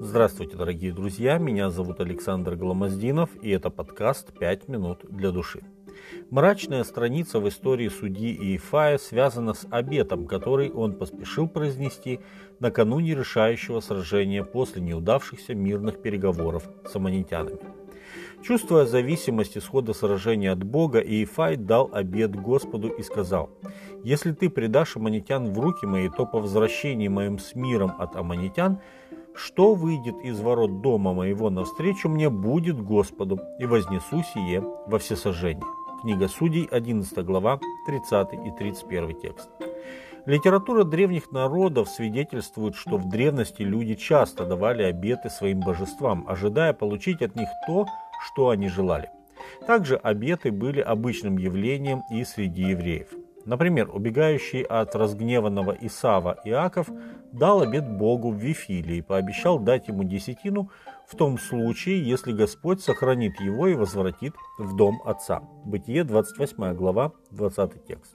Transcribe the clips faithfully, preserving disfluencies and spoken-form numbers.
Здравствуйте, дорогие друзья, меня зовут Александр Гломоздинов, и это подкаст «пять минут для души». Мрачная страница в истории судьи Иефая связана с обетом, который он поспешил произнести накануне решающего сражения после неудавшихся мирных переговоров с аммонитянами. Чувствуя зависимость исхода сражения от Бога, Иефай дал обет Господу и сказал: «Если ты предашь аммонитян в руки мои, то по возвращении моим с миром от аммонитян, что выйдет из ворот дома моего навстречу мне, будет Господу, и вознесу сие во всесожжение». Книга Судей, одиннадцатая глава, тридцатый и тридцать первый текст. Литература древних народов свидетельствует, что в древности люди часто давали обеты своим божествам, ожидая получить от них то, что они желали. Также обеты были обычным явлением и среди евреев. Например, убегающий от разгневанного Исава Иаков дал обет Богу в Вифиле и пообещал дать ему десятину в том случае, если Господь сохранит его и возвратит в дом отца. Бытие, двадцать восьмая глава, двадцатый текст.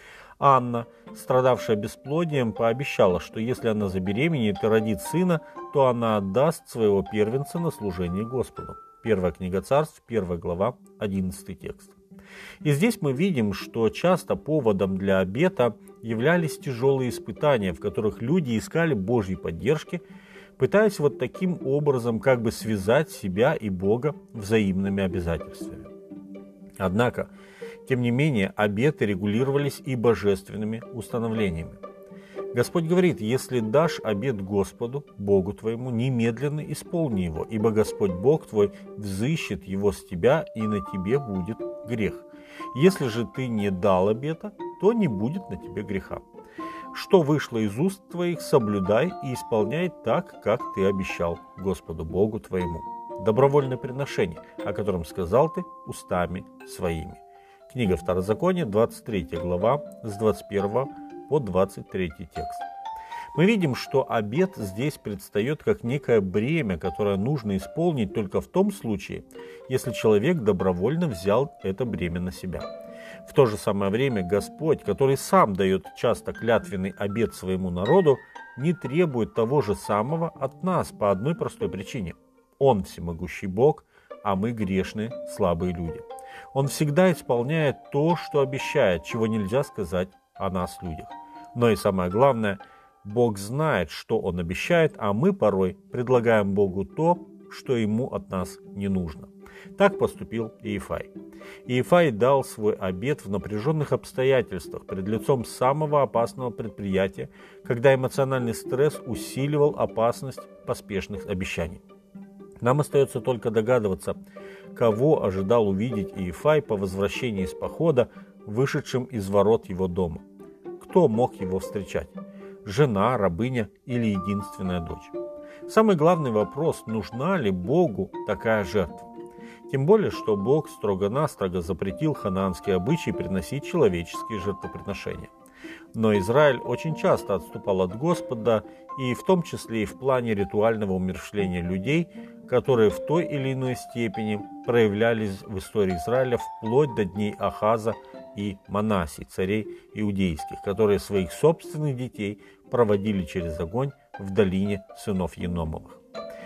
Анна, страдавшая бесплодием, пообещала, что если она забеременеет и родит сына, то она отдаст своего первенца на служение Господу. Первая книга Царств, первая глава, одиннадцатый текст. И здесь мы видим, что часто поводом для обета являлись тяжелые испытания, в которых люди искали Божьей поддержки, пытаясь вот таким образом как бы связать себя и Бога взаимными обязательствами. Однако, тем не менее, обеты регулировались и божественными установлениями. Господь говорит: «Если дашь обет Господу, Богу твоему, немедленно исполни его, ибо Господь Бог твой взыщет его с тебя, и на тебе будет грех. Если же ты не дал обета, то не будет на тебе греха. Что вышло из уст твоих, соблюдай и исполняй так, как ты обещал Господу Богу твоему». Добровольное приношение, о котором сказал ты устами своими. Книга Второзакония, двадцать третья глава, с двадцать первого по двадцать третий текст. Мы видим, что обет здесь предстает как некое бремя, которое нужно исполнить только в том случае, если человек добровольно взял это бремя на себя. В то же самое время Господь, который сам дает часто клятвенный обет своему народу, не требует того же самого от нас по одной простой причине. Он всемогущий Бог, а мы грешные, слабые люди. Он всегда исполняет то, что обещает, чего нельзя сказать о нас, людях. Но и самое главное, Бог знает, что Он обещает, а мы порой предлагаем Богу то, что Ему от нас не нужно. Так поступил Иефай. Иефай дал свой обет в напряженных обстоятельствах, пред лицом самого опасного предприятия, когда эмоциональный стресс усиливал опасность поспешных обещаний. Нам остается только догадываться, кого ожидал увидеть Иефай по возвращении из похода, вышедшим из ворот его дома. Кто мог его встречать? Жена, рабыня или единственная дочь? Самый главный вопрос: нужна ли Богу такая жертва? Тем более, что Бог строго-настрого запретил ханаанские обычаи приносить человеческие жертвоприношения. Но Израиль очень часто отступал от Господа, и в том числе и в плане ритуального умерщвления людей, которые в той или иной степени проявлялись в истории Израиля вплоть до дней Ахаза и Манасии, царей иудейских, которые своих собственных детей проводили через огонь в долине сынов Еномовых.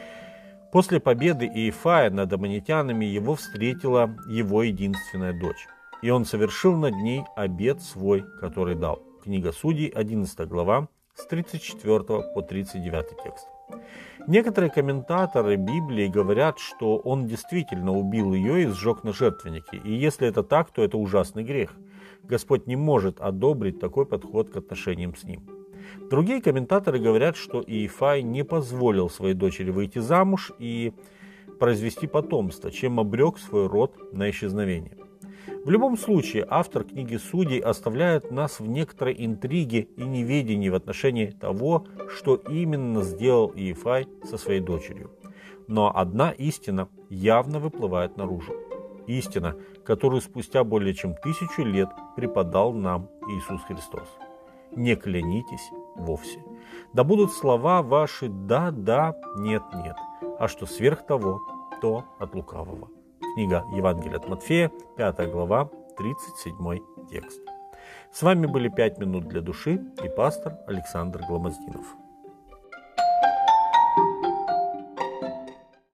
После победы Иефая над аммонитянами его встретила его единственная дочь, и он совершил над ней обет свой, который дал. Книга Судей, одиннадцатая глава, с тридцать четвёртого по тридцать девятый текст. Некоторые комментаторы Библии говорят, что он действительно убил ее и сжег на жертвеннике, и если это так, то это ужасный грех. Господь не может одобрить такой подход к отношениям с ним. Другие комментаторы говорят, что Иефай не позволил своей дочери выйти замуж и произвести потомство, чем обрек свой род на исчезновение. В любом случае, автор книги Судей оставляет нас в некоторой интриге и неведении в отношении того, что именно сделал Иефай со своей дочерью. Но одна истина явно выплывает наружу. Истина, которую спустя более чем тысячу лет преподал нам Иисус Христос. Не клянитесь вовсе. Да будут слова ваши «да, да, нет, нет», а что сверх того, то от лукавого. Книга Евангелия от Матфея, пятая глава, тридцать седьмой текст. С вами были «пять минут для души» и пастор Александр Гломоздинов.